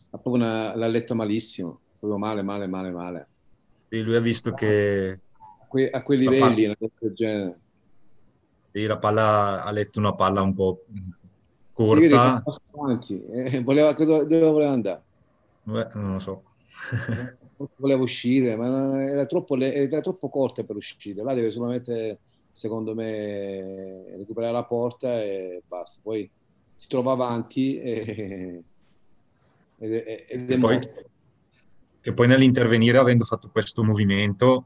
l'ha letta malissimo, proprio male, male, male, male. E lui ha visto che A quei la, pa- livelli, una cosa del genere. e la palla ha letto una palla un po' Si vede che corta. passa avanti, dove voleva andare? Non lo so. Voleva uscire, ma era troppo corta per uscire. Là deve solamente, secondo me, recuperare la porta e basta. Poi si trova avanti ed è E poi, morto. e poi nell'intervenire, avendo fatto questo movimento,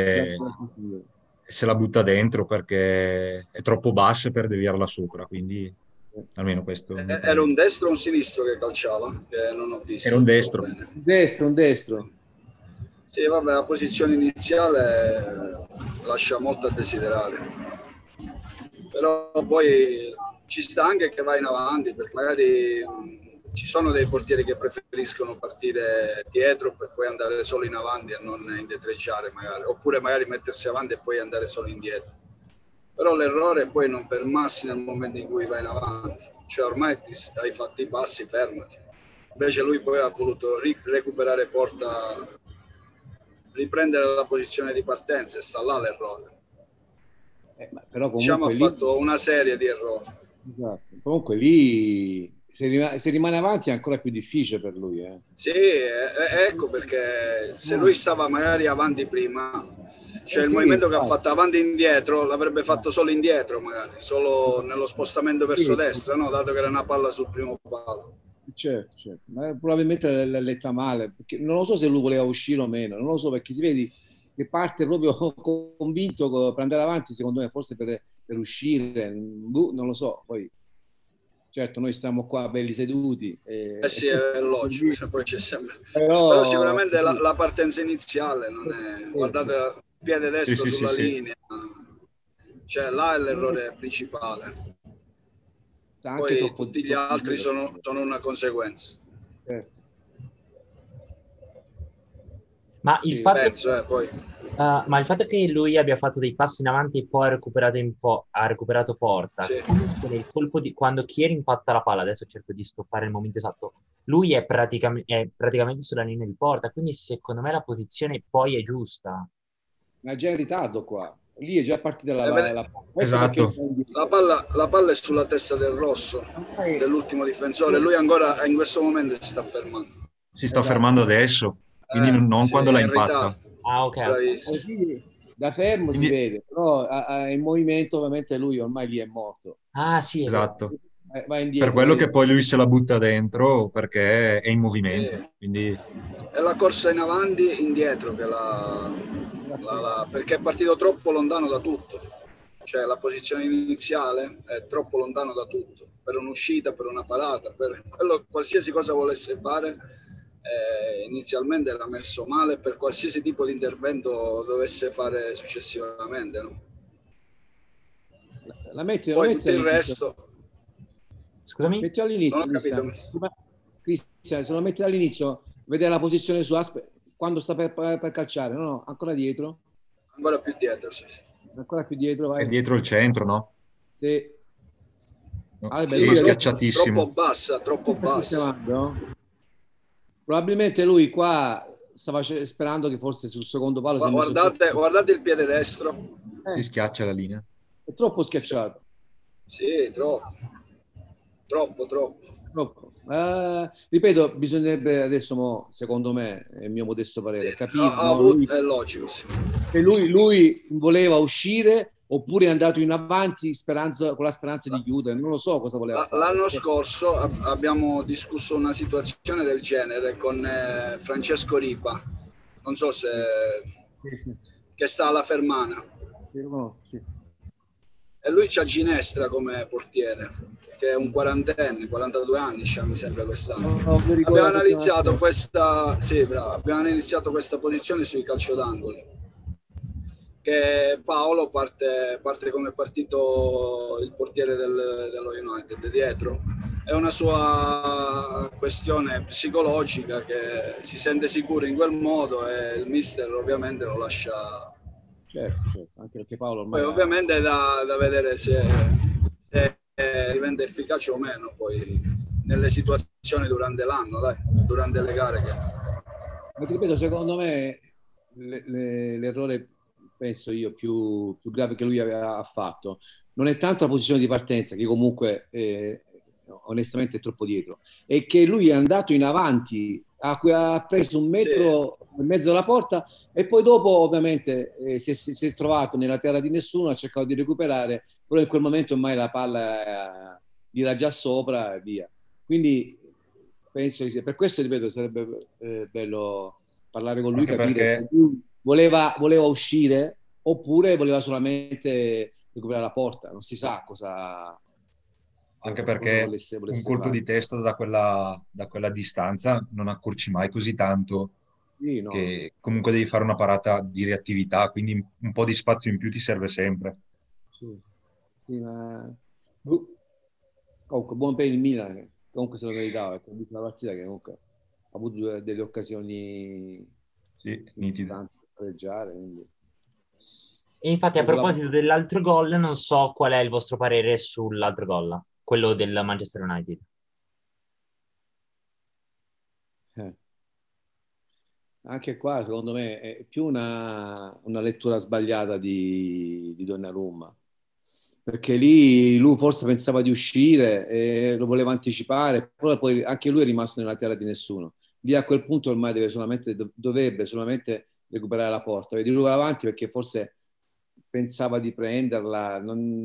se la butta dentro perché è troppo bassa per deviarla sopra, quindi almeno questo è il mio Era un parere. destro o un sinistro che calciava? Che non ho Era un visto destro. bene. Un destro. Sì, vabbè, la posizione iniziale lascia molto a desiderare. Però poi ci sta anche che vai in avanti, perché magari ci sono dei portieri che preferiscono partire dietro per poi andare solo in avanti e non indietreggiare magari, oppure magari mettersi avanti e poi andare solo indietro. Però l'errore è poi non fermarsi nel momento in cui vai in avanti, cioè ormai ti hai fatti i passi, fermati. Invece lui poi ha voluto recuperare porta, riprendere la posizione di partenza e sta là l'errore. Però Diciamo ha comunque lì, fatto una serie di errori. esatto, comunque lì se rimane avanti è ancora più difficile per lui. Sì, ecco perché se lui Ah, stava magari avanti prima, cioè il sì, movimento che ha infatti. fatto avanti e indietro l'avrebbe fatto solo indietro magari, solo nello spostamento verso Sì, destra, no? Dato che era una palla sul primo palo. certo, certo. Ma probabilmente l'ha letta male, perché non lo so se lui voleva uscire o meno, non lo so perché si vedi che parte proprio convinto per andare avanti, secondo me, forse per uscire, non lo so. Poi, certo, noi stiamo qua belli seduti, Eh sì, è logico, cioè, poi c'è sempre. Però però sicuramente la partenza iniziale non è. Guardate il piede Sì, destro sì, sì, sulla sì. linea, cioè là è l'errore principale. sta anche Poi tutti gli troppo altri indietro. sono una conseguenza. Certo. Ma il Sì, fatto, Penso, poi. ma il fatto che lui abbia fatto dei passi in avanti e poi ha recuperato, ha recuperato porta, Sì. comunque nel colpo di quando Chieri impatta la palla, adesso cerco di stoppare il momento esatto, lui è praticamente sulla linea di porta, quindi secondo me la posizione poi è giusta. ma è già in ritardo qua. Lì è già partita Vede- ecco perché Esatto. lui va La indietro. palla, la palla è sulla testa del rosso, Ormai- dell'ultimo difensore. Lui ancora in questo momento si sta fermando. Si sta Esatto. fermando adesso, quindi non Sì, quando la è in impatta. ritardo. Ah, ok, ok. Bravissimo. Così da fermo si Quindi, vede, però in movimento ovviamente lui ormai lì è morto. Ah, sì, è vero. esatto. Va Per indietro, quello vedi? che poi lui se la butta dentro perché è in Sì. movimento. Quindi, È la corsa in avanti e indietro che perché è partito troppo lontano da tutto. Cioè la posizione iniziale è troppo lontano da tutto. Per un'uscita, per una parata, per qualsiasi cosa volesse fare, inizialmente era messo male per qualsiasi tipo di intervento dovesse fare successivamente. No? Lo Poi metti tutto il all'inizio. resto, Scusami? Metti non all'inizio, ho capito. Cristian, se lo metti all'inizio, vedere la posizione su quando sta per calciare, no, no, ancora dietro, Ancora più dietro, sì, sì. ancora più dietro, è vai. dietro il centro, no? Sì. Ah, vabbè, Sì, Sì, lui troppo schiacciatissimo. bassa, troppo sta bassa. sistemando, no? Probabilmente lui qua stava sperando che forse sul secondo palo si è messo un po'. Guardate il piede destro. Si Eh, schiaccia la linea. è troppo Cioè, schiacciato. sì, troppo, troppo, troppo. Troppo. Ripeto, bisognerebbe adesso, secondo me, è il mio modesto Sì, parere, capire, ha no? avuto, è logico, sì. Se lui voleva uscire oppure è andato in avanti con la speranza di chiudere, non lo so cosa voleva fare. L'anno scorso abbiamo discusso una situazione del genere con Francesco Ripa, non so se Sì, sì, che sta alla Fermana, sì, no, sì. e lui c'ha Ginestra come portiere, che è un quarantenne, 42 anni c'ha, mi sembra quest'anno. Non mi ricordo Abbiamo la analizzato personalità. questa, sì, bravo, abbiamo analizzato questa posizione sui calcio d'angoli, che Paolo parte come è partito il portiere dello United dietro. È una sua questione psicologica, che si sente sicuro in quel modo e il mister ovviamente lo lascia. Certo, certo, anche perché Paolo Poi ormai ha... ovviamente è da vedere se diventa efficace o meno poi nelle situazioni durante l'anno, dai, durante le gare. Ma ti ripeto, secondo me l'errore, penso io, più grave che lui aveva fatto non è tanto la posizione di partenza, che comunque onestamente è troppo dietro, è che lui è andato in avanti, ha preso un metro e mezzo dalla porta e poi dopo ovviamente si è trovato nella terra di nessuno, ha cercato di recuperare, però in quel momento ormai la palla gli era già sopra e via. Quindi penso che sia, per questo ripeto sarebbe bello parlare con lui, Anche capire se perché, lui voleva uscire oppure voleva solamente recuperare la porta, non si sa cosa anche cosa perché volesse, un volesse colpo fare. di testa da quella distanza non accorci mai così tanto, Sì, no, no. che comunque devi fare una parata di reattività, quindi un po' di spazio in più ti serve sempre. Sì, sì, ma comunque buon per il Milan, che comunque se lo meritava, perché ha visto la partita che comunque ha avuto delle occasioni Sì, nitide. importanti per pareggiare, quindi E infatti, a dopo la... proposito dell'altro gol, non so qual è il vostro parere sull'altro gol, quello del Manchester United. eh, anche qua secondo me è più una lettura sbagliata di Donnarumma, perché lì lui forse pensava di uscire e lo voleva anticipare, però poi anche lui è rimasto nella terra di nessuno. Lì a quel punto ormai deve solamente, dovrebbe solamente recuperare la porta, vedi lui va avanti perché forse pensava di prenderla,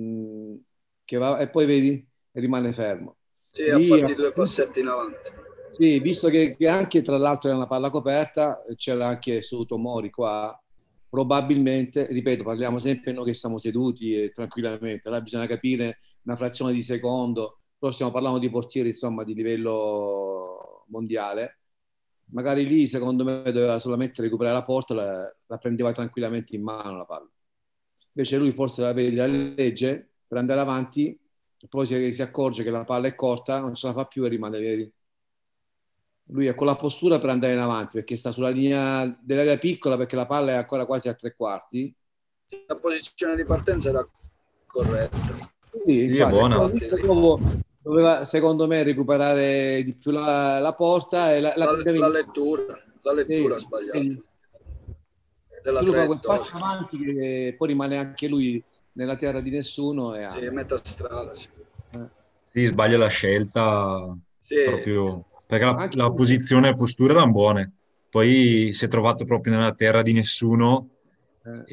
e poi vedi, rimane fermo. Sì, ha Lì, fatti 2 passetti in avanti. sì, visto che anche tra l'altro era una palla coperta, c'era anche su Tomori qua, probabilmente, ripeto, parliamo sempre noi che stiamo seduti tranquillamente, là bisogna capire una frazione di secondo, però stiamo parlando di portieri insomma di livello mondiale, magari lì secondo me doveva solamente recuperare la porta, la prendeva tranquillamente in mano la palla. Invece lui forse la vede, la legge per andare avanti, poi si accorge che la palla è corta, non ce la fa più e rimane, vedi? Lui è con la postura per andare in avanti perché sta sulla linea dell'area piccola perché la palla è ancora quasi a 3 quarti. La posizione di partenza era corretta. Sì, Sì, è infatti, buona. poi dopo doveva secondo me recuperare di più la porta e la prendeva La in lettura sì, sbagliata vedi? della Perché lui fa quel passo traiettoria. avanti che poi rimane anche lui nella terra di nessuno e Sì, amen. metà strada. Sì. Sì, sbaglia la scelta Sì, proprio perché la, Anche, la posizione e la postura erano buone. Poi si è trovato proprio nella terra di nessuno eh,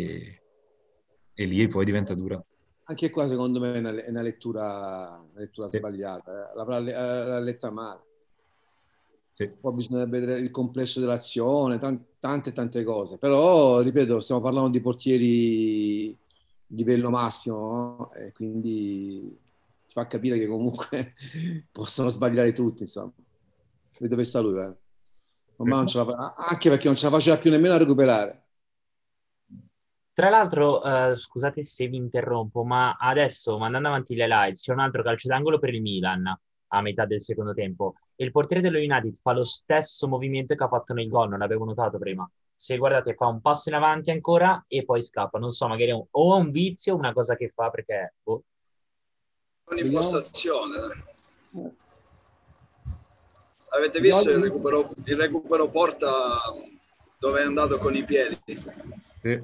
e lì poi diventa dura. anche qua secondo me è una lettura Sì, sbagliata, l'ha letta male. sì. Poi bisogna vedere il complesso dell'azione, tante cose. Però, ripeto, stiamo parlando di portieri di livello massimo, no? E quindi ti fa capire che comunque possono sbagliare tutti, insomma. Vedi dove sta lui, eh? Ormai non ce la anche perché non ce la faceva più nemmeno a recuperare. Tra l'altro, scusate se vi interrompo, ma adesso, mandando avanti le lights, c'è un altro calcio d'angolo per il Milan a metà del secondo tempo e il portiere dello United fa lo stesso movimento che ha fatto nel gol, non l'avevo notato prima. Se guardate, fa un passo in avanti ancora e poi scappa. Non so, magari o è un vizio o una cosa che fa perché... boh. Vediamo. un'impostazione. Avete visto Vediamo. il recupero porta dove è andato con i piedi? Sì.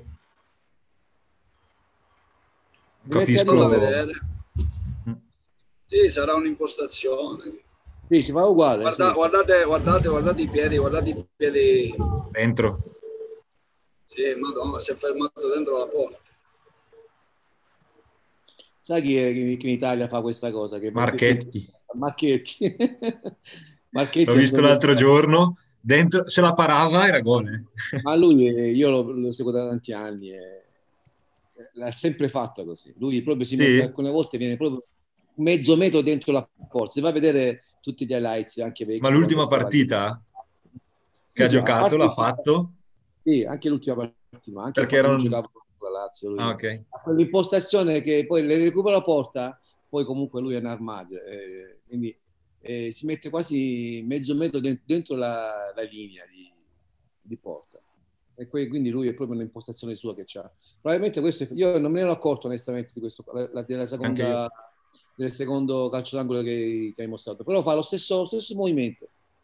Rimetti a Falla rivedere. Capisco. vedere. Sì, sarà un'impostazione. Sì, si fa uguale. Sì, sì. Guardate i piedi. Dentro. Sì, Madonna, si è fermato dentro la porta. Sai chi, che in Italia fa questa cosa? Marchetti. Marchetti. L'ho Marchetti è visto proprio... l'altro giorno. Dentro, se la parava era gol. Ma lui, io lo seguo da tanti anni e l'ha sempre fatto così. Lui proprio si mette, Sì? alcune volte viene proprio mezzo metro dentro la porta. Se va a vedere tutti gli highlights, anche Ma vecchi, di quando l'ultima stava lì. partita che Sì, ha sì, a giocato parte l'ha fatto sì, anche l'ultima partita, ma anche perché quando lui erano... giocava con la Lazio, Ah, lui ok. ha quell'impostazione che poi le recupera la porta, poi comunque lui è un armadio, quindi si mette quasi mezzo metro dentro la linea di porta. E quindi lui è proprio un'impostazione sua che ha. Probabilmente questo, io non me ne ero accorto onestamente di questo, della Anche io. seconda del secondo calcio d'angolo che hai mostrato, però fa lo stesso movimento.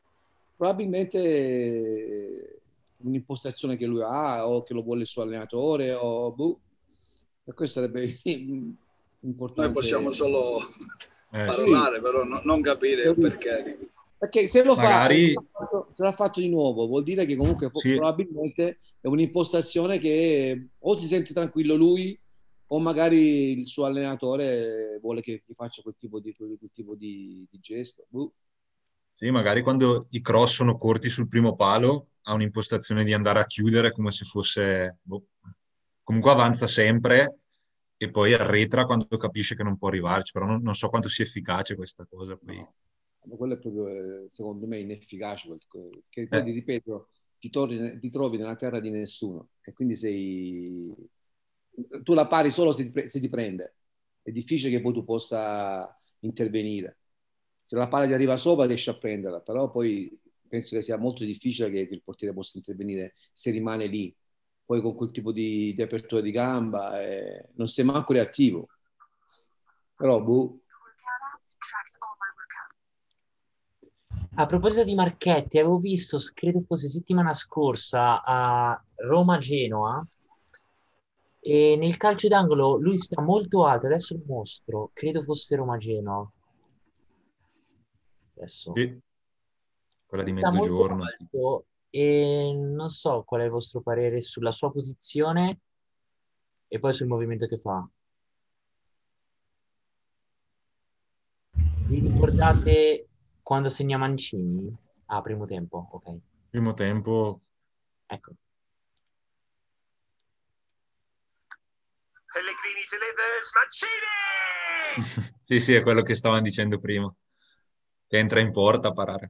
Probabilmente un'impostazione che lui ha o che lo vuole il suo allenatore o boh. Per questo sarebbe Noi importante. possiamo solo Sì. parlare, però non capire il perché. Perché se lo Magari... se l'ha fatto di nuovo, vuol dire che comunque Sì. probabilmente è un'impostazione che o si sente tranquillo lui o magari il suo allenatore vuole che faccia quel tipo di gesto. Sì, magari quando i cross sono corti sul primo palo ha un'impostazione di andare a chiudere come se fosse... boh. Comunque avanza sempre e poi arretra quando capisce che non può arrivarci, però non so quanto sia efficace questa cosa. Poi. No, ma quello è proprio, secondo me, inefficace, perché poi ti ripeto, ti trovi nella terra di nessuno e quindi tu la pari solo se ti prende. È difficile che poi tu possa intervenire. Se la palla ti arriva sopra riesci a prenderla, però poi penso che sia molto difficile che il portiere possa intervenire se rimane lì. Poi con quel tipo di apertura di gamba non sei manco reattivo. Però, boh. A proposito di Marchetti, avevo visto, credo fosse settimana scorsa, a Roma-Genoa, e nel calcio d'angolo lui sta molto alto, adesso lo mostro, credo fosse Roma-Genoa. Adesso. Sì, quella di Sta molto mezzogiorno. alto e non so qual è il vostro parere sulla sua posizione e poi sul movimento che fa. Vi ricordate quando segna Mancini? Ah, primo tempo, ok. Primo tempo... Ecco. Pellegrini delivers Mancini! Sì, sì, è quello che stavano dicendo prima. Che entra in porta a parare.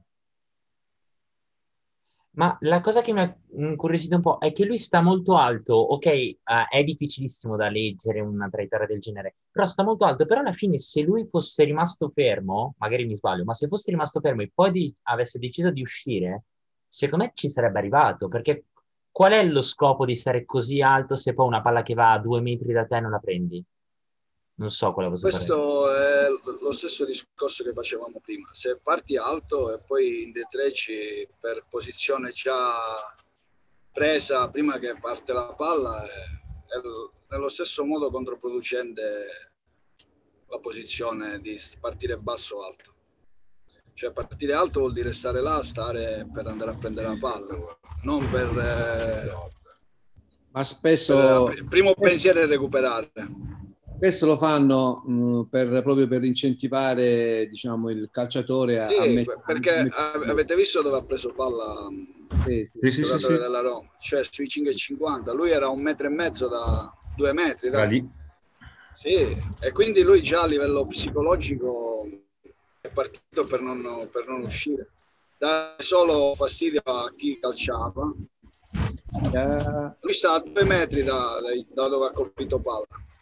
Ma la cosa che mi ha incuriosito un po' è che lui sta molto alto, ok, è difficilissimo da leggere una traiettoria del genere, però sta molto alto, però alla fine se lui fosse rimasto fermo, magari mi sbaglio, ma se fosse rimasto fermo e poi avesse deciso di uscire, secondo me ci sarebbe arrivato, perché qual è lo scopo di stare così alto se poi una palla che va a 2 metri da te non la prendi? Non so quale cosa fare. Questo è lo stesso discorso che facevamo prima. Se parti alto e poi indietreggi per posizione già presa prima che parte la palla, è nello stesso modo controproducente la posizione di partire basso o alto. Cioè partire alto vuol dire stare là, stare per andare a prendere la palla, non per... Ma spesso... il primo pensiero è recuperare. Spesso lo fanno proprio per incentivare, diciamo, il calciatore a mettere... Perché avete visto dove ha preso palla il giocatore della Roma? Cioè sui 5,50. Lui era 1,5 metri da 2 metri. Da lì. Sì, e quindi lui già a livello psicologico è partito per non uscire. Dare solo fastidio a chi calciava. Lui sta a 2 metri da dove ha colpito palla.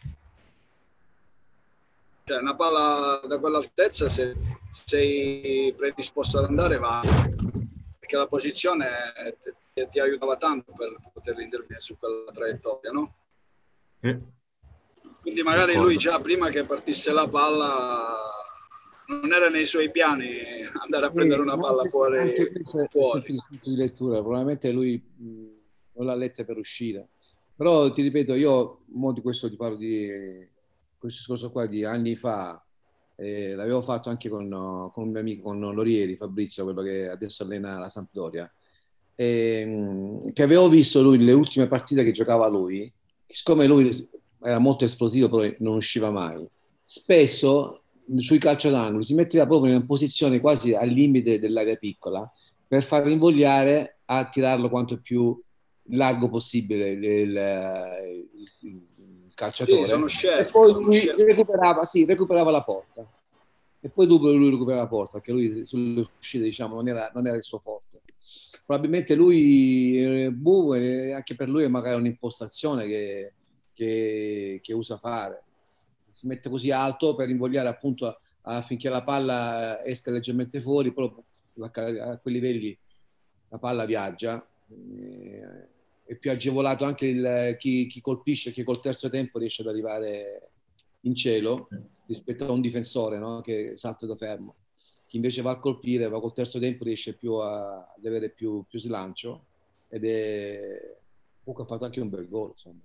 Cioè una palla da quell'altezza, se sei predisposto ad andare, vai, perché la posizione ti aiutava tanto per poter intervenire su quella traiettoria, no? Sì. Quindi magari lui già prima che partisse la palla non era nei suoi piani andare a prendere una palla fuori. Anche questo è sempre il punto di lettura, probabilmente lui non l'ha letta per uscire. Però ti ripeto, io di questo ti parlo di questo discorso qua di anni fa, l'avevo fatto anche con un mio amico, con Lorieri, Fabrizio, quello che adesso allena la Sampdoria, che avevo visto lui le ultime partite che giocava lui, siccome lui era molto esplosivo però non usciva mai, spesso sui calci d'angolo si metteva proprio in una posizione quasi al limite dell'area piccola per far invogliare a tirarlo quanto più largo possibile il calciatore. Sì, sono scelte, e poi lui recuperava la porta. E poi dopo lui recupera la porta, perché lui sulle uscite, diciamo, non era il suo forte. Probabilmente lui, anche per lui è magari un'impostazione che usa fare. Si mette così alto per invogliare appunto affinché la palla esca leggermente fuori, però a quei livelli la palla viaggia. È più agevolato anche chi colpisce, che col terzo tempo riesce ad arrivare in cielo, rispetto a un difensore, no? Che salta da fermo. Chi invece va a colpire, va col terzo tempo, riesce più ad avere più slancio, ed è comunque ha fatto anche un bel gol, insomma.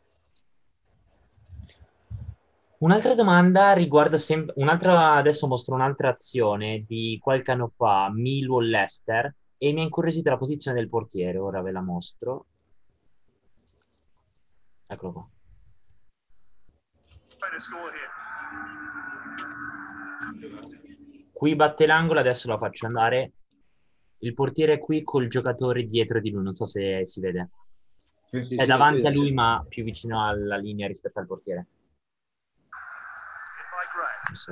Un'altra domanda riguarda adesso mostro un'altra azione di qualche anno fa, Millwall-Leicester, e mi ha incuriosito la posizione del portiere, ora ve la mostro. Eccolo qua. Qui batte l'angolo, adesso la faccio andare. Il portiere è qui col giocatore dietro di lui, non so se si vede. Sì. È davanti a lui, ma più vicino alla linea rispetto al portiere. Just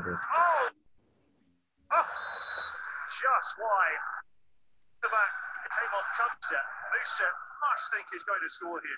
wide. The back came off Cumster. Musa must think he's going to score here.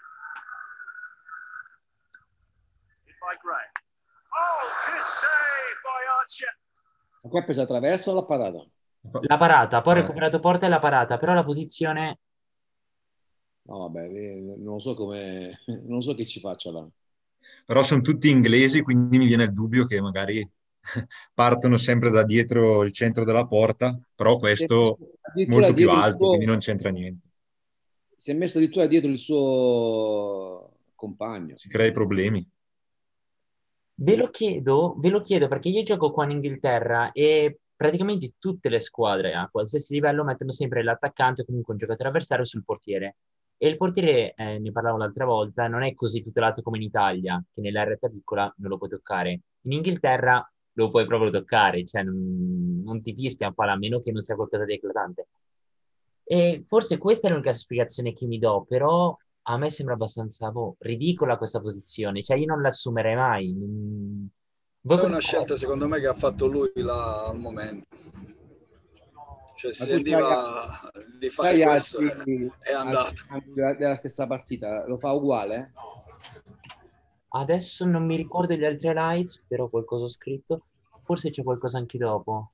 In by Gray. Oh, good save by Archer. Ma qua ha preso la traversa o l'ha parata? La parata, poi ha recuperato Porta e la parata, però la posizione... No, vabbè, non so come... non so che ci faccia là. Però sono tutti inglesi, quindi mi viene il dubbio che magari partono sempre da dietro il centro della porta, però questo molto più alto, quindi non c'entra niente. Si è messo addirittura dietro il suo compagno. Si crea i problemi. Ve lo chiedo perché io gioco qua in Inghilterra e praticamente tutte le squadre a qualsiasi livello mettono sempre l'attaccante o comunque un giocatore avversario sul portiere. E il portiere, ne parlavo l'altra volta, non è così tutelato come in Italia, che nell'area piccola non lo puoi toccare. In Inghilterra lo puoi proprio toccare, cioè non ti fischia un palo, a meno che non sia qualcosa di eclatante. E forse questa è l'unica spiegazione che mi do, però a me sembra abbastanza ridicola questa posizione, cioè io non l'assumerei mai. È una scelta secondo me che ha fatto lui là al momento. Cioè sentiva di fare questo è andato. Della stessa partita, lo fa uguale? Adesso non mi ricordo gli altri highlights, però qualcosa ho scritto. Forse c'è qualcosa anche dopo.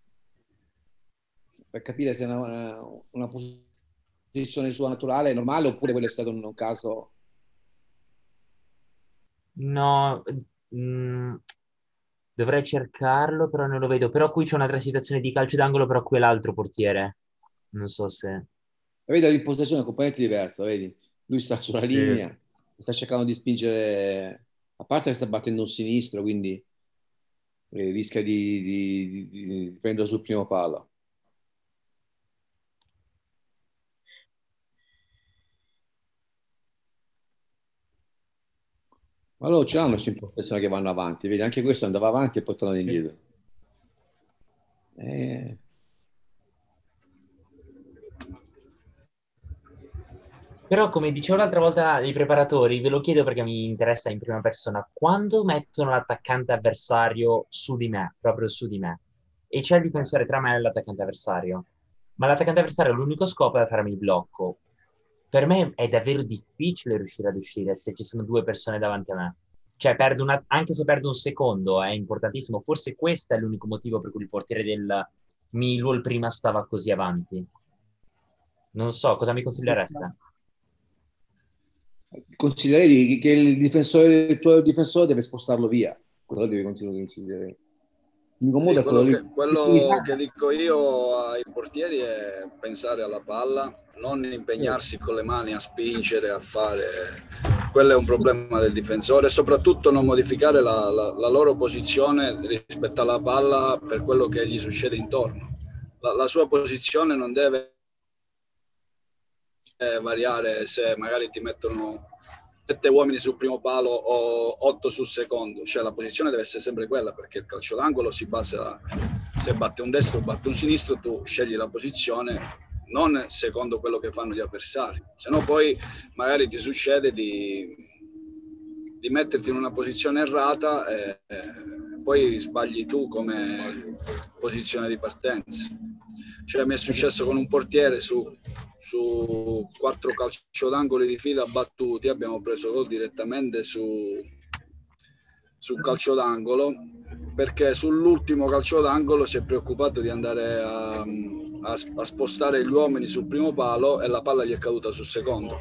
Per capire se è una posizione sua naturale, normale, oppure quello è stato un caso... No, dovrei cercarlo, però non lo vedo. Però qui c'è un'altra situazione di calcio d'angolo, però qui è l'altro portiere. Non so se... Vedi, l'impostazione è completamente diversa, vedi? Lui sta sulla linea, sta cercando di spingere, a parte che sta battendo un sinistro, quindi rischia di prendere sul primo palo. Ma loro ce l'hanno queste impostazioni che vanno avanti, vedi? Anche questo andava avanti e poi tornava indietro. Però, come dicevo l'altra volta ai preparatori, ve lo chiedo perché mi interessa in prima persona, quando mettono l'attaccante avversario su di me, proprio su di me, e c'è il difensore tra me e l'attaccante avversario, ma l'attaccante avversario l'unico scopo è farmi il blocco. Per me è davvero difficile riuscire ad uscire se ci sono due persone davanti a me. Cioè, anche se perdo un secondo, è importantissimo. Forse questo è l'unico motivo per cui il portiere del Millwall prima stava così avanti. Non so, cosa mi consigliereste? Consiglierei che il tuo difensore deve spostarlo via. Quello devi continuare a consigliare. Quello che dico io ai portieri è pensare alla palla, non impegnarsi con le mani a spingere, a fare. Quello è un problema del difensore, e soprattutto non modificare la loro posizione rispetto alla palla per quello che gli succede intorno. La sua posizione non deve variare se magari ti mettono 7 uomini sul primo palo o 8 sul secondo, cioè la posizione deve essere sempre quella, perché il calcio d'angolo si basa, se batte un destro o batte un sinistro, tu scegli la posizione non secondo quello che fanno gli avversari, se no poi magari ti succede di metterti in una posizione errata e poi sbagli tu come posizione di partenza. Cioè mi è successo con un portiere su 4 calcio d'angolo di fila battuti, abbiamo preso gol direttamente sul calcio d'angolo, perché sull'ultimo calcio d'angolo si è preoccupato di andare a spostare gli uomini sul primo palo e la palla gli è caduta sul secondo.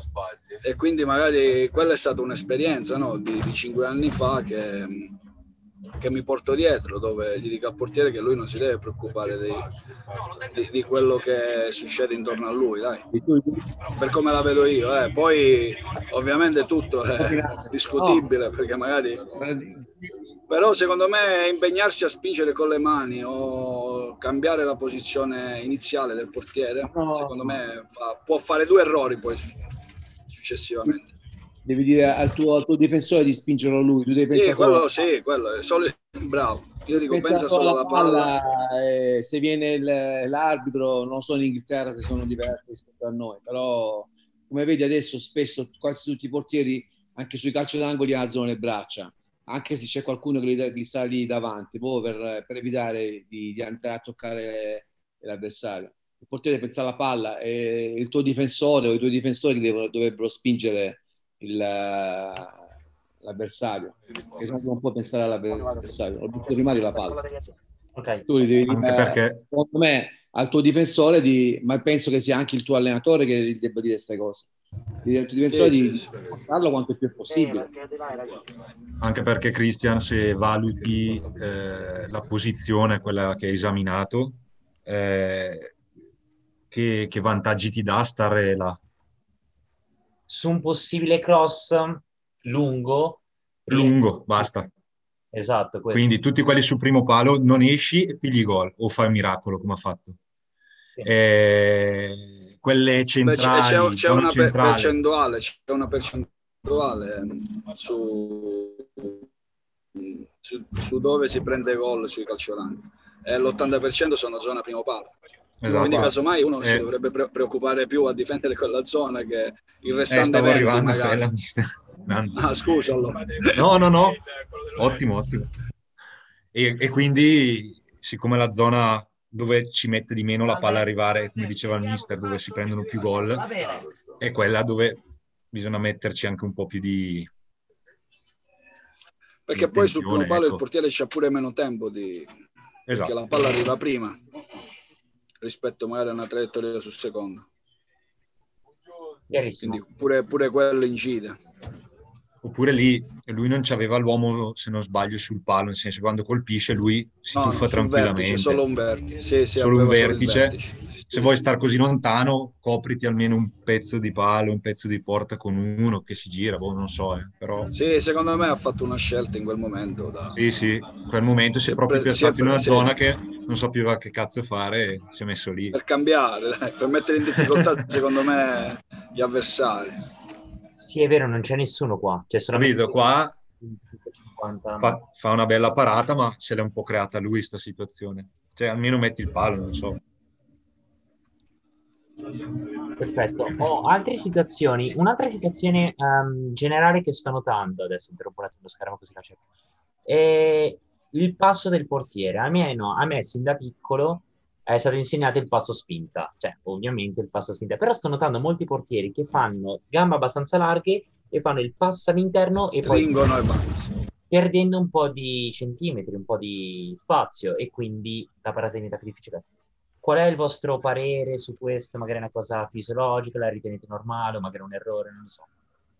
E quindi magari quella è stata un'esperienza, no? di 5 anni fa che che mi porto dietro, dove gli dico al portiere che lui non si deve preoccupare di quello che succede intorno a lui, dai, per come la vedo io. Poi ovviamente tutto è discutibile, perché magari... Però secondo me impegnarsi a spingere con le mani o cambiare la posizione iniziale del portiere, secondo me può fare 2 errori poi successivamente. Devi dire al tuo difensore di spingerlo lui, tu devi pensare solo... Sì, quello è solo bravo. Io dico, pensa solo solo alla palla. Se viene l'arbitro, non so in Inghilterra se sono diversi rispetto a noi, però come vedi adesso spesso quasi tutti i portieri, anche sui calci d'angolo, alzano le braccia, anche se c'è qualcuno che gli sta lì davanti, proprio per evitare di andare a toccare l'avversario. Il portiere pensa alla palla e il tuo difensore o i tuoi difensori dovrebbero spingere l'avversario, che se no non può pensare all'avversario, l'obiettivo primario è la palla. Okay. Tu devi anche perché secondo me al tuo difensore ma penso che sia anche il tuo allenatore che gli debba dire queste cose. Il tuo difensore di farlo quanto più è possibile. Anche perché Christian, se valuti la posizione, quella che hai esaminato, che vantaggi ti dà stare là? Su un possibile cross lungo... Lungo, basta. Esatto, questo. Quindi tutti quelli sul primo palo, non esci e pigli gol, o fai un miracolo come ha fatto. Sì. Quelle centrali, C'è zona una centrale. c'è una percentuale su dove si prende gol sui calciolangolo. L'80% sono zona primo palo. Esatto. Quindi casomai uno si dovrebbe preoccupare più a difendere quella zona che il restante stavo 20 arrivando magari. a quella. Scusa allora. No. Ottimo. E quindi, siccome la zona dove ci mette di meno la palla arrivare, come diceva il mister, dove si prendono più gol, è quella dove bisogna metterci anche un po' più di... Perché poi sul primo palo il portiere c'ha pure meno tempo perché la palla arriva prima rispetto magari a una traiettoria sul secondo. Quindi pure quello incide. Oppure lì lui non c'aveva l'uomo, se non sbaglio, sul palo, nel senso quando colpisce lui si tuffa tranquillamente. Vertice, solo un vertice. Solo un vertice. Sì, se vuoi star così lontano, copriti almeno un pezzo di palo, un pezzo di porta con uno che si gira, non so, però... Sì, secondo me ha fatto una scelta in quel momento. Sì, in quel momento si è proprio piazzato in una zona che non sapeva che cazzo fare e si è messo lì. Per cambiare, per mettere in difficoltà, secondo me, gli avversari. Sì, è vero, non c'è nessuno qua. Capito, qua fa una bella parata, ma se l'è un po' creata lui sta situazione. Cioè, almeno metti il palo, non so. Perfetto. Altre situazioni. Un'altra situazione generale che sto notando, adesso interrompo un attimo lo schermo così la cerco, è il passo del portiere. A me sin da piccolo è stato insegnato il passo spinta, cioè ovviamente il passo spinta, però sto notando molti portieri che fanno gambe abbastanza larghe e fanno il passo all'interno e poi perdendo un po' di centimetri, un po' di spazio e quindi la parata diventa più difficile. Qual è il vostro parere su questo? Magari è una cosa fisiologica, la ritenete normale o magari un errore, non lo so.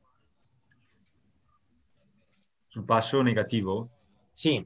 Sul passo negativo? Sì.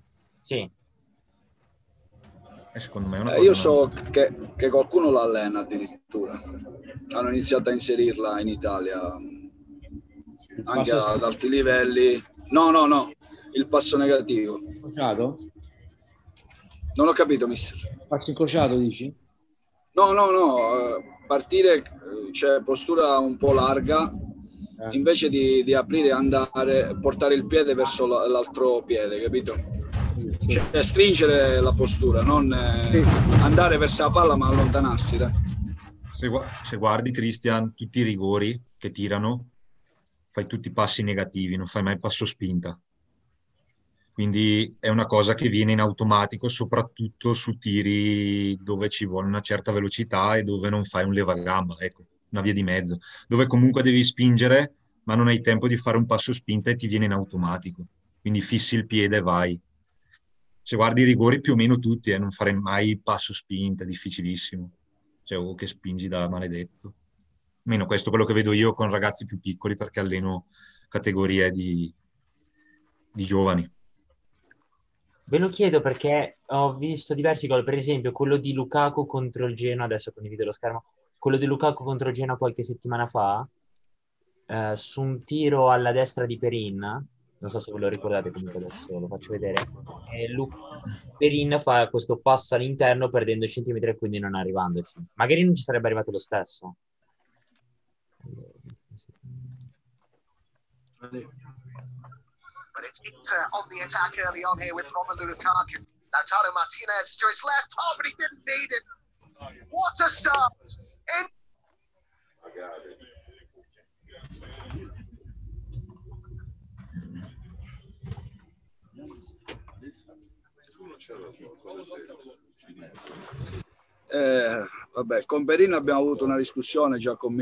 Secondo me è una cosa io so che qualcuno la allena addirittura. Hanno iniziato a inserirla in Italia anche ad alti livelli. No, il passo negativo. Incrociato? Non ho capito, mister. Passo incrociato, dici? No, partire, cioè postura un po' larga, invece di aprire e andare, portare il piede verso l'altro piede, capito? Cioè, stringere la postura, non andare verso la palla ma allontanarsi. Dai. Se guardi, Christian, tutti i rigori che tirano, fai tutti i passi negativi, non fai mai passo spinta. Quindi è una cosa che viene in automatico, soprattutto su tiri dove ci vuole una certa velocità e dove non fai un levagamba, ecco, una via di mezzo, dove comunque devi spingere, ma non hai tempo di fare un passo spinta e ti viene in automatico. Quindi fissi il piede e vai. Se guardi i rigori più o meno tutti, non farei mai passo spinta, è difficilissimo. Cioè, o che spingi da maledetto. Almeno questo è quello che vedo io con ragazzi più piccoli perché alleno categorie di giovani. Ve lo chiedo perché ho visto diversi gol, per esempio quello di Lukaku contro il Genoa, adesso condivido lo schermo, quello di Lukaku contro il Genoa qualche settimana fa, su un tiro alla destra di Perin, non so se ve lo ricordate, comunque adesso lo faccio vedere, e Perin fa questo passo all'interno perdendo centimetri e quindi non arrivandoci. Magari non ci sarebbe arrivato lo stesso. But it's Inter on the attack early on here with Romelu Lukaku. Lautaro Martinez to his left. Oh, but he didn't need it. What a start! Vabbè, con Perin abbiamo avuto una discussione già con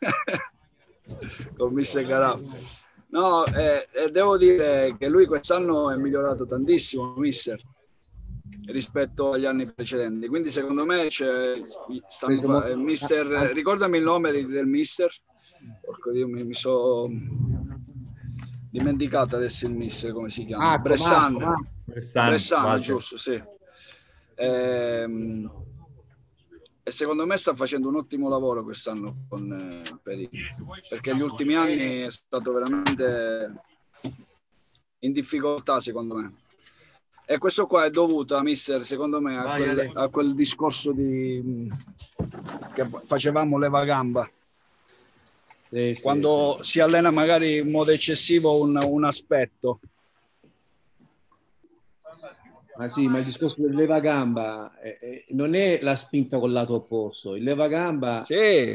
Mister Garaf. No, devo dire che lui quest'anno è migliorato tantissimo, Mister, rispetto agli anni precedenti. Quindi secondo me Mister, ricordami il nome del Mister. Porco Dio, mi sono dimenticato adesso il Mister, come si chiama? Bressan, giusto, sì. E secondo me sta facendo un ottimo lavoro quest'anno con Perin, perché gli ultimi anni è stato veramente in difficoltà, secondo me. E questo qua è dovuto a Mister, secondo me, a quel discorso che facevamo leva gamba. Quando si allena magari in modo eccessivo un aspetto. Ma sì, ma il discorso del levagamba non è la spinta col lato opposto. Il levagamba, sì.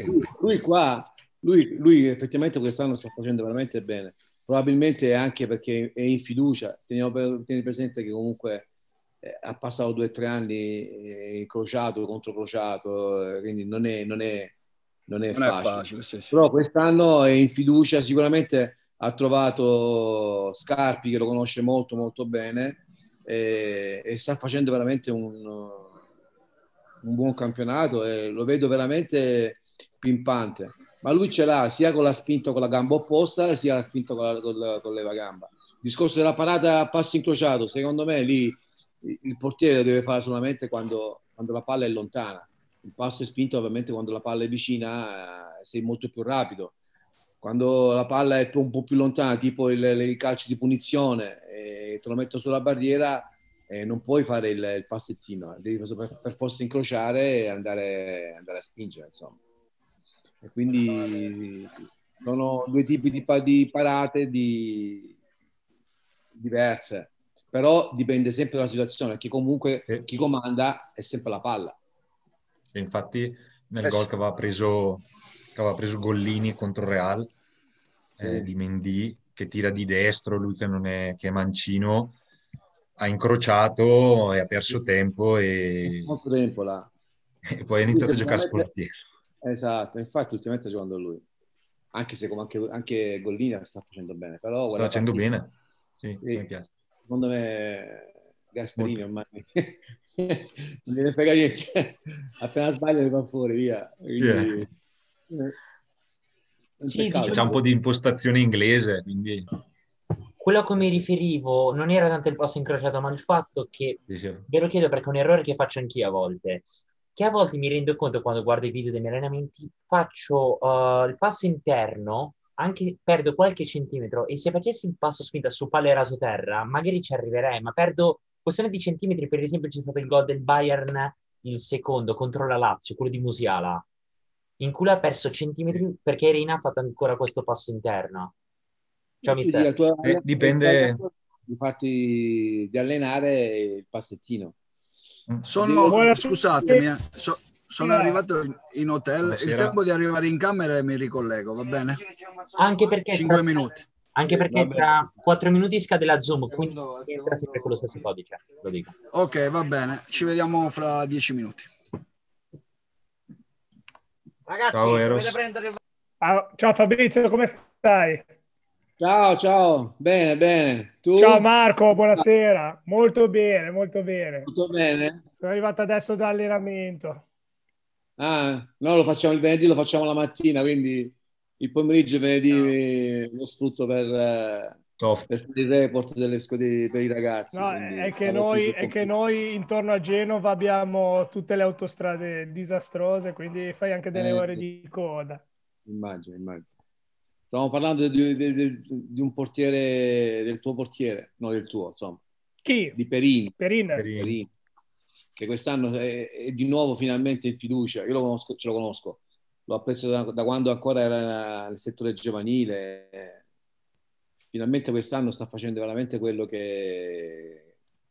lui effettivamente quest'anno sta facendo veramente bene. Probabilmente anche perché è in fiducia. Tieni presente che comunque ha passato 2 o 3 anni crociato, controcrociato, quindi non è facile. Sì, sì. Però quest'anno è in fiducia, sicuramente ha trovato Scarpi che lo conosce molto molto bene e sta facendo veramente un buon campionato e lo vedo veramente pimpante. Ma lui ce l'ha sia con la spinta con la gamba opposta sia la spinta con levagamba. Il discorso della parata a passo incrociato, secondo me lì il portiere deve fare solamente quando la palla è lontana. Il passo è spinto ovviamente quando la palla è vicina, sei molto più rapido. Quando la palla è un po' più lontana, tipo i calci di punizione, e te lo metto sulla barriera, non puoi fare il passettino, devi per forza incrociare e andare a spingere, insomma. E quindi sono 2 tipi di parate diverse, però dipende sempre dalla situazione, perché comunque chi comanda è sempre la palla. E infatti nel gol che aveva preso Gollini contro Real, di Mendy, che tira di destro, lui che è mancino, ha incrociato e ha perso tempo molto tempo là. E poi ha iniziato a giocare a sportiere. Esatto, infatti ultimamente sta giocando lui. Anche se anche Gollini sta facendo bene, però sta facendo bene. Sì, sì, mi piace. Secondo me Gasperini ormai non gliene frega niente. Appena sbaglia le va fuori, via. Quindi, sì, c'è un po' di impostazione inglese, quindi... Quello a cui mi riferivo non era tanto il passo incrociato, ma il fatto che, ve lo chiedo perché è un errore che faccio anch'io a volte, che a volte mi rendo conto quando guardo i video dei miei allenamenti, faccio il passo interno, anche perdo qualche centimetro, e se facessi il passo spinta su palle rasoterra, magari ci arriverei, ma perdo questione di centimetri. Per esempio c'è stato il gol del Bayern, il secondo, contro la Lazio, quello di Musiala, in cui ha perso centimetri perché Reina ha fatto ancora questo passo interno. Ciao, mister. Dipende di allenare il passettino. Scusatemi, sono arrivato in hotel. Buonasera. Il tempo di arrivare in camera e mi ricollego, va bene? Anche perché 5 minuti. Anche perché tra 4 minuti scade la Zoom, quindi entra sempre con lo stesso codice, lo dico. Ok, va bene. Ci vediamo fra 10 minuti. Ragazzi, dovete prendere... Ciao Fabrizio, come stai? Ciao, bene. Tu? Ciao Marco, buonasera. Molto bene. Tutto bene? Sono arrivato adesso da allenamento. Ah, no, lo facciamo il venerdì, lo facciamo la mattina, quindi il pomeriggio e venerdì lo sfrutto per Soft. il report per i ragazzi. No, è che noi intorno a Genova abbiamo tutte le autostrade disastrose, quindi fai anche delle ore di coda. Immagino. Stiamo parlando di un portiere, del tuo portiere, no del tuo, insomma. Chi? Di Perin. Perin. Che quest'anno è di nuovo finalmente in fiducia. Io ce lo conosco, l'ho appreso da quando ancora era nel settore giovanile. Finalmente quest'anno sta facendo veramente quello che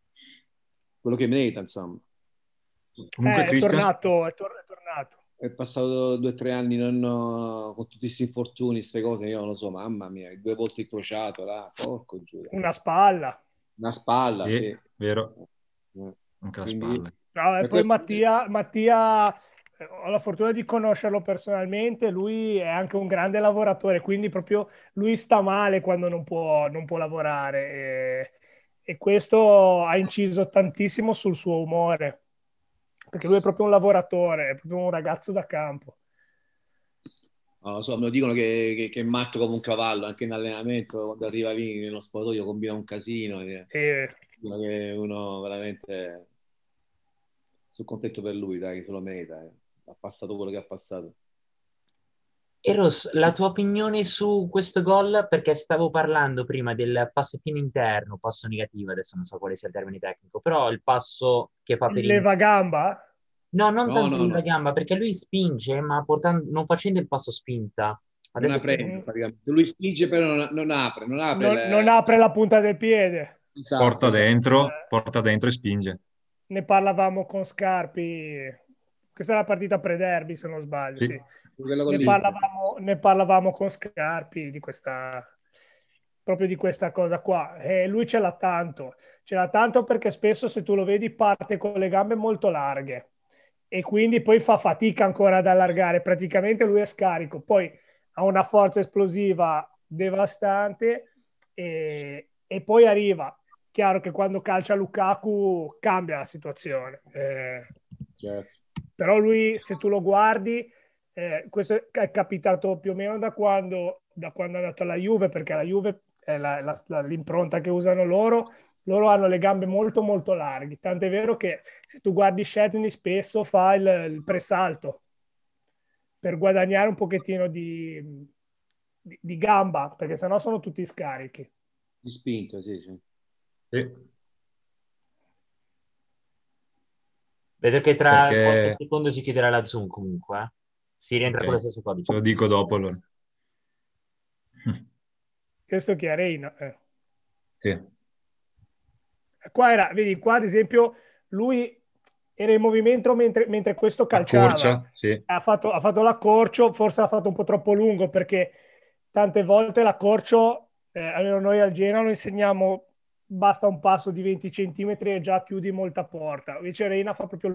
merita, insomma. Comunque, è tornato. È passato 2 o 3 anni con tutti questi infortuni, queste cose, io non lo so, mamma mia, 2 volte incrociato, là, porco Giuda. Una spalla, sì. Vero. Anche la spalla. No, e poi Mattia, ho la fortuna di conoscerlo personalmente, lui è anche un grande lavoratore, quindi proprio lui sta male quando non può lavorare e questo ha inciso tantissimo sul suo umore, perché lui è proprio un lavoratore, è proprio un ragazzo da campo. Non lo so, me lo dicono che è matto come un cavallo, anche in allenamento, quando arriva lì nello spogliatoio combina un casino. Sì. Che uno veramente... Sono contento per lui, dai, che se lo merita. Ha passato quello che ha passato. Eros, la tua opinione su questo gol? Perché stavo parlando prima del passettino interno, passo negativo, adesso non so quale sia il termine tecnico, però il passo che fa per il levagamba? No, non tanto il levagamba, perché lui spinge, ma non facendo il passo spinta. Adesso praticamente. Lui spinge, però non apre. Non apre la punta del piede. Esatto, porta dentro e spinge. Ne parlavamo con Scarpi. Questa è la partita pre-derby, se non sbaglio. Sì. Ne parlavamo con Scarpi proprio di questa cosa qua. E lui ce l'ha tanto perché spesso, se tu lo vedi, parte con le gambe molto larghe e quindi poi fa fatica ancora ad allargare. Praticamente lui è scarico, poi ha una forza esplosiva devastante e poi arriva. Chiaro che quando calcia Lukaku cambia la situazione. Certo. Però lui, se tu lo guardi, questo è capitato più o meno da quando è andato alla Juve, perché la Juve è l'impronta che usano loro hanno le gambe molto molto larghe, tant'è vero che se tu guardi Szczęsny spesso fa il presalto per guadagnare un pochettino di gamba, perché sennò sono tutti scarichi. Di spinto, sì. Vedo che tra qualche secondo si chiuderà la Zoom comunque. Si rientra con lo stesso codice. Te lo dico dopo allora. Questo chi è Reina? Sì. Qua ad esempio lui era in movimento mentre questo calciava. Accorcia, sì. Ha fatto l'accorcio, forse l'ha fatto un po' troppo lungo, perché tante volte l'accorcio, almeno noi al Genoa lo insegniamo, basta un passo di 20 centimetri e già chiudi molta porta. Invece Reina fa proprio